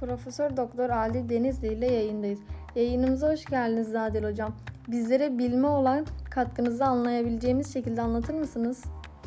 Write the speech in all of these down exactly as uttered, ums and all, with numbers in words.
Profesör Doktor Ali Denizli ile yayındayız. Yayınımıza hoş geldiniz Zadel Hocam. Bizlere bilime olan katkınızı anlayabileceğimiz şekilde anlatır mısınız?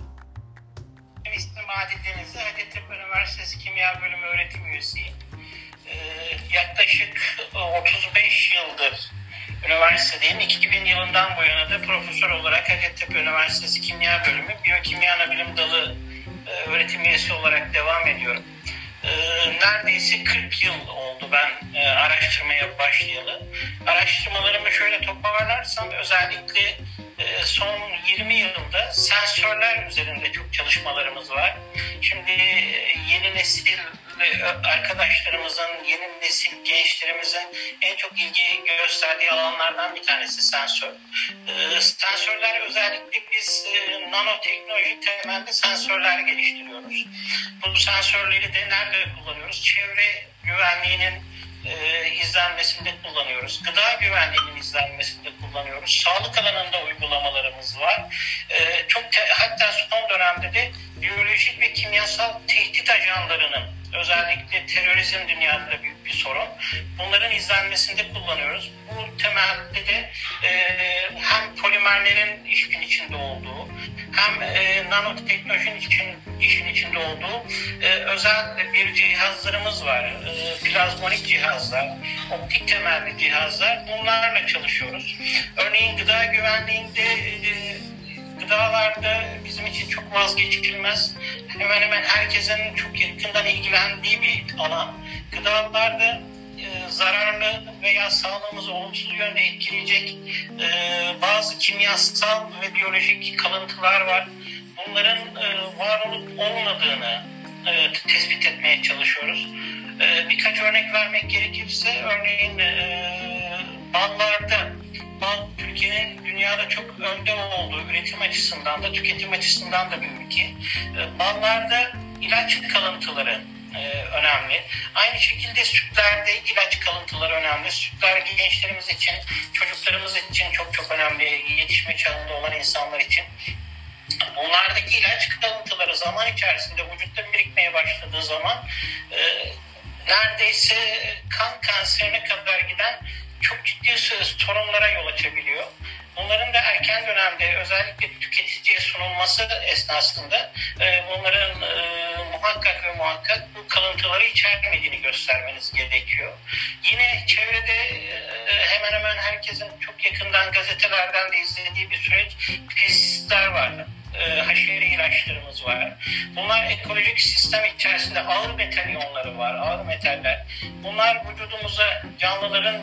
İsmim Adil Denizli, Hacettepe Üniversitesi Kimya Bölümü öğretim üyesiyim. Ee, yaklaşık otuz beş yıldır üniversitedeyim. iki bin yılından bu yana da profesör olarak Hacettepe Üniversitesi Kimya Bölümü Biyokimya Anabilim Dalı e, öğretim üyesi olarak devam ediyorum. E, neredeyse kırk yıl oldu ben e, araştırmaya başlayalı. Araştırmalarımı şöyle toparlarsam özellikle e, son yirmi yılda sensörler üzerinde çok çalışmalarımız var. Şimdi e, yeni nesil arkadaşlarımızın, yeni nesil gençlerimizin en çok ilgi gösterdiği alanlardan bir tanesi sensör. Ee, sensörler özellikle biz e, nanoteknoloji temelli sensörler geliştiriyoruz. Bu sensörleri de nerede kullanıyoruz? Çevre güvenliğinin e, izlenmesinde kullanıyoruz. Gıda güvenliğinin izlenmesinde kullanıyoruz. Sağlık alanında uygulamalarımız var. E, çok te- hatta son dönemde de biyolojik ve kimyasal tehdit ajanlarının, özellikle terörizm dünyada büyük bir sorun, bunların izlenmesinde kullanıyoruz. Bu temelde de e, hem polimerlerin işin içinde olduğu, hem e, nanoteknolojinin için, işin içinde olduğu e, özel bir cihazlarımız var. E, plazmonik cihazlar, optik temelli cihazlar, bunlarla çalışıyoruz. Örneğin gıda güvenliğinde e, gıdalarda bizim için çok vazgeçilmez, hemen hemen herkesin çok yakından ilgilendiği bir alan. Gıdalarda e, zararlı veya sağlığımızı olumsuz yönde etkileyecek e, bazı kimyasal ve biyolojik kalıntılar var. Bunların e, var olup olmadığını e, tespit etmeye çalışıyoruz. E, birkaç örnek vermek gerekirse, örneğin e, ballarda, bal Türkiye'nin dünyada çok önde olduğu, üretim açısından da tüketim açısından da bir ülke. E, ballarda ilaç kalıntıları e, önemli. Aynı şekilde sütlerde ilaç kalıntıları önemli. Sütler gençlerimiz için, çocuklarımız için çok çok önemli, yetişme çağında olan insanlar için. Bunlardaki ilaç kalıntıları zaman içerisinde vücutta birikmeye başladığı zaman e, neredeyse kan kanserine kadar giden çok ciddi sorunlara yol açabiliyor. Bunların da erken dönemde özellikle tüketiciye sunulması esnasında e, bunların e, muhakkak ve muhakkak bu kalıntıları içermediğini göstermeniz gerekiyor. Yine çevrede e, hemen hemen herkesin çok yakından gazetelerden de izlediği bir süreç pestisitler var. E, haşere ilaçlarımız var. Bunlar ekolojik sistem içerisinde ağır metal iyonları var, ağır metaller. Bunlar vücudumuza, canlıların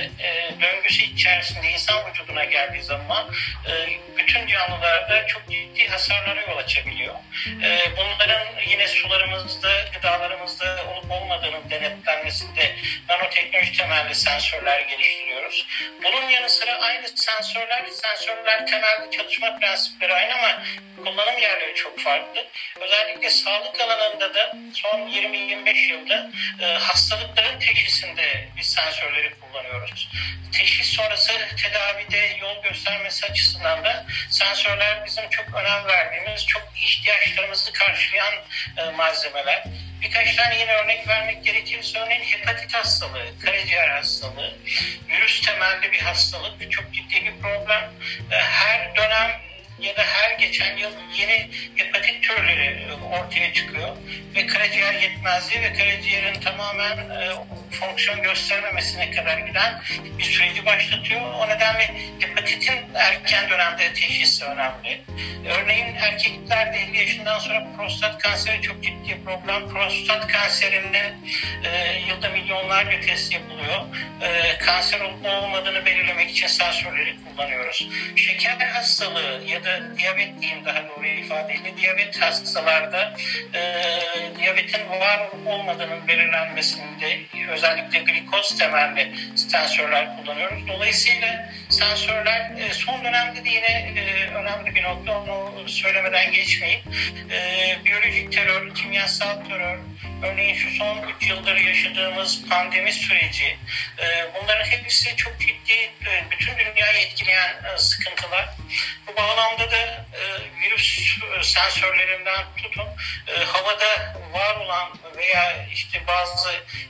e, döngüsü içerisinde insan vücuduna geldiği zaman e, bütün canlılarda çok ciddi hasarlara yol açabiliyor. E, bunların yine sularımızda, gıdalarımızda olup olmadığının denetlenmesinde nanoteknoloji temelli sensörler geliştiriyoruz. Bunun yanı sıra aynı sensörler, sensörler temelli çalışma prensipleri aynı ama kullanım yerleri çok farklı. Özellikle sağlık alanında da son yirmi yirmi beş yılda e, hastalıkların teşhisinde biz sensörleri kullanıyoruz. Teşhis sonrası tedavide yol göstermesi açısından da sensörler bizim çok önem verdiğimiz, çok ihtiyaçlarımızı karşılayan e, malzemeler. Birkaç tane yine örnek vermek gerekirse, örneğin hepatit hastalığı, karaciğer hastalığı, virüs temelli bir hastalık, çok ciddi bir problem. E, her dönem ya da her geçen yıl yeni hepatit türleri ortaya çıkıyor ve karaciğer yetmezliği ve karaciğerin tamamen e, fonksiyon göstermemesine kadar giden bir süreci başlatıyor. O nedenle hepatitin erken dönemde teşhisi önemli. Örneğin erkeklerde elli yaşından sonra prostat kanseri çok ciddi problem. Prostat kanserinin e, yılda milyonlarca test yapılıyor. E, kanser olup olmadığını belirlemek için sensörleri kullanıyoruz. Şeker hastalığı ya da diyabet diyeyim daha doğru ifadeyle, diyabet hastalarda e, diyabetin var olup olmadığının belirlenmesinde özellikle glikoz temelli sensörler kullanıyoruz. Dolayısıyla sensörler e, son dönemde de yine e, önemli bir nokta, onu söylemeden geçmeyeyim. E, biyolojik terör, kimyasal terör, örneğin şu son üç yıldır yaşadığımız pandemi süreci, e, bunların hepsi çok ciddi, e, bütün dünyayı etkileyen e, sıkıntılar. Bu bağlamda da e, virüs e, sensörlerinden tutun, e, havada var olan veya işte bazı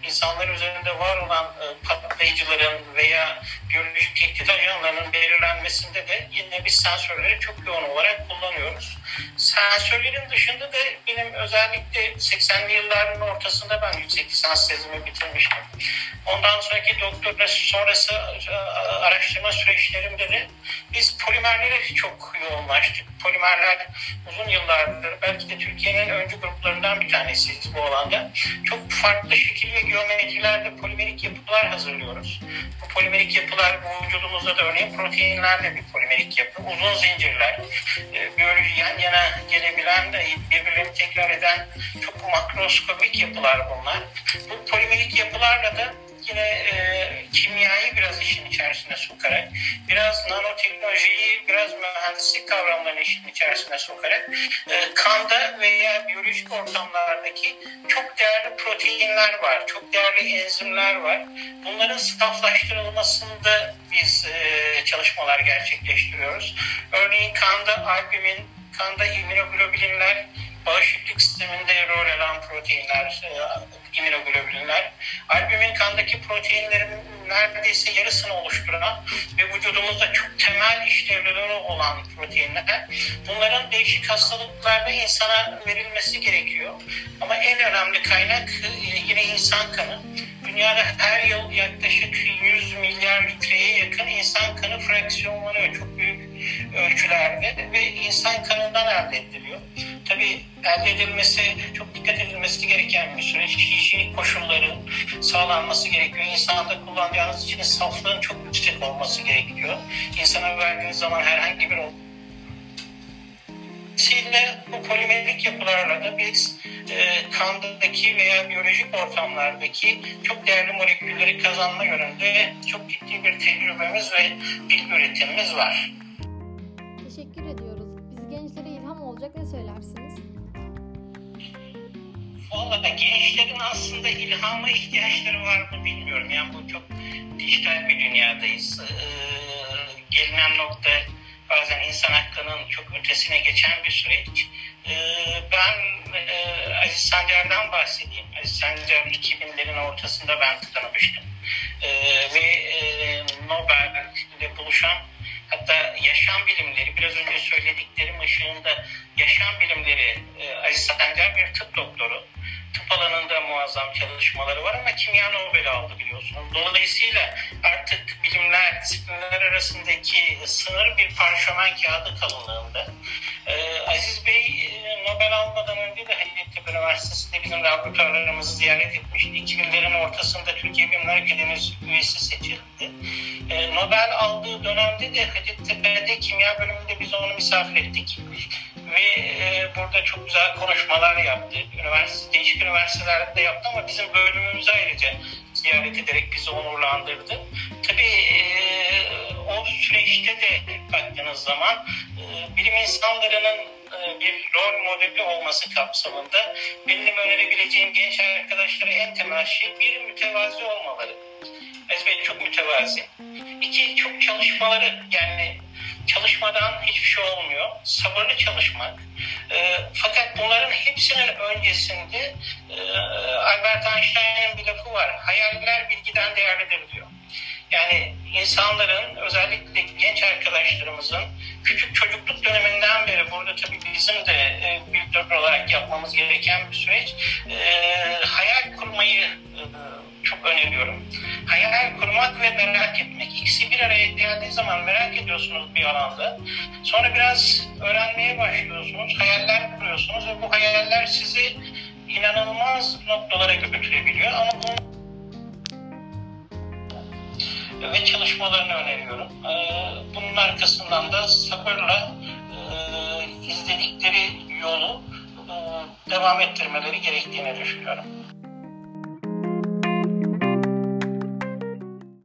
insanlar üzerinde var olan e, patlayıcıların veya biyolojik tehdit ajanlarının belirlenmesinde de yine biz sensörleri çok yoğun olarak kullanıyoruz. Sensörlerin dışında da benim özellikle seksenli yılların ortasında ben yüksek lisans tezimi bitirmiştim. Ondan sonraki doktora sonrası araştırma süreçlerimde de biz polimerlere çok yoğunlaştık. Polimerler uzun yıllardır, belki de Türkiye'nin öncü gruplarından bir tanesiyiz bu alanda. Çok farklı şekil ve geometrilerde polimerik yapılar hazırlıyoruz. Bu polimerik yapılar bu vücudumuzda da örneğin proteinlerle bir polimerik yapı. Uzun zincirler, biyoloji yan yana gelebilen de birbirlerini tekrar eden çok makroskopik yapılar bunlar. Bu polimerik yapılarla da yine e, kimyayı biraz işin içerisine sokarak, biraz nanoteknolojiyi, biraz mühendislik kavramlarını işin içerisine sokarak e, kanda veya biyolojik ortamlardaki çok değerli proteinler var, çok değerli enzimler var. Bunların saflaştırılmasında biz e, çalışmalar gerçekleştiriyoruz. Örneğin kanda albumin, kanda immünoglobulinler, bağışıklık sisteminde rol alan proteinler, immünoglobulinler, albumin kandaki proteinlerin neredeyse yarısını oluşturan ve vücudumuzda çok temel işlevleri olan proteinler. Bunların değişik hastalıklarda insana verilmesi gerekiyor. Ama en önemli kaynak yine insan kanı. Dünyada her yıl yaklaşık yüz milyar litreye yakın insan kanı fraksiyonlanıyor çok büyük ölçülerde ve insan kanından elde ediliyor. Tabii elde edilmesi, çok dikkat edilmesi gereken bir süreç. Hijyenik koşulların sağlanması gerekiyor. İnsanda kullanacağınız için saflığın çok yüksek olması gerekiyor. İnsana verdiğiniz zaman herhangi bir Dolayısıyla bu polimerik yapılarla da biz e, kandaki veya biyolojik ortamlardaki çok değerli molekülleri kazanma yönünde çok ciddi bir tecrübemiz ve bilgi üretimimiz var. Teşekkür ediyoruz. Biz gençlere ilham olacak ne söylersiniz? Vallahi gençlerin aslında ilhama ihtiyaçları var mı bilmiyorum. Yani bu çok dijital bir dünyadayız. Ee, gelinen nokta bazen insan hakkının çok ötesine geçen bir süreç. Ee, ben e, Aziz Sancar'dan bahsedeyim. Aziz Sancar iki binlerin ortasında ben tanımıştım. Ee, ve e, Nobel'le buluşan, hatta yaşam bilimleri, biraz önce söylediklerim ışığında yaşam bilimleri, e, Aziz Sancar bir tıp doktoru. Tıp alanında muazzam çalışmaları var ama kimya Nobel'i aldı biliyorsunuz. Dolayısıyla artık bilimler, disiplinler arasındaki sınır bir parşömen kağıdı kalınlığında. Ee, Aziz Bey Nobel almadan önce de Hacettepe Üniversitesi'nde bizim laboratuvarlarımızı ziyaret etmişti. iki binlerin ortasında Türkiye Bilimler Akademisi üyesi seçildi. Ee, Nobel aldığı dönemde de Hacettepe'de kimya bölümünde biz onu misafir ettik. Ve e, burada çok güzel konuşmalar yaptı. Üniversite, değişik üniversitelerde de yaptı ama bizim bölümümüzü ayrıca ziyaret ederek bizi onurlandırdı. Tabii e, o süreçte de baktığınız zaman e, bilim insanlarının e, bir rol modeli olması kapsamında benim önerebileceğim genç arkadaşlara en temel şey bir mütevazi olmaları. Aziz Bey çok mütevazi. İki, çok çalışmaları, yani çalışmadan hiçbir şey olmuyor. Sabırlı çalışmak. E, fakat bunların hepsinin öncesinde e, Albert Einstein'ın bir lafı var. Hayaller bilgiden değerlidir diyor. Yani insanların, özellikle genç arkadaşlarımızın küçük çocukluk döneminden beri, burada tabii bizim de e, büyükler olarak yapmamız gereken bir süreç, e, hayal kurmayı e, çok öneriyorum. Hayal kurmak ve merak etmek. İkisi bir araya geldiği zaman merak ediyorsunuz bir alanda. Sonra biraz öğrenmeye başlıyorsunuz. Hayaller kuruyorsunuz ve bu hayaller sizi inanılmaz noktalara götürebiliyor. Ama bunu ve çalışmalarını öneriyorum. Bunun arkasından da sabırla izledikleri yolu devam ettirmeleri gerektiğini düşünüyorum.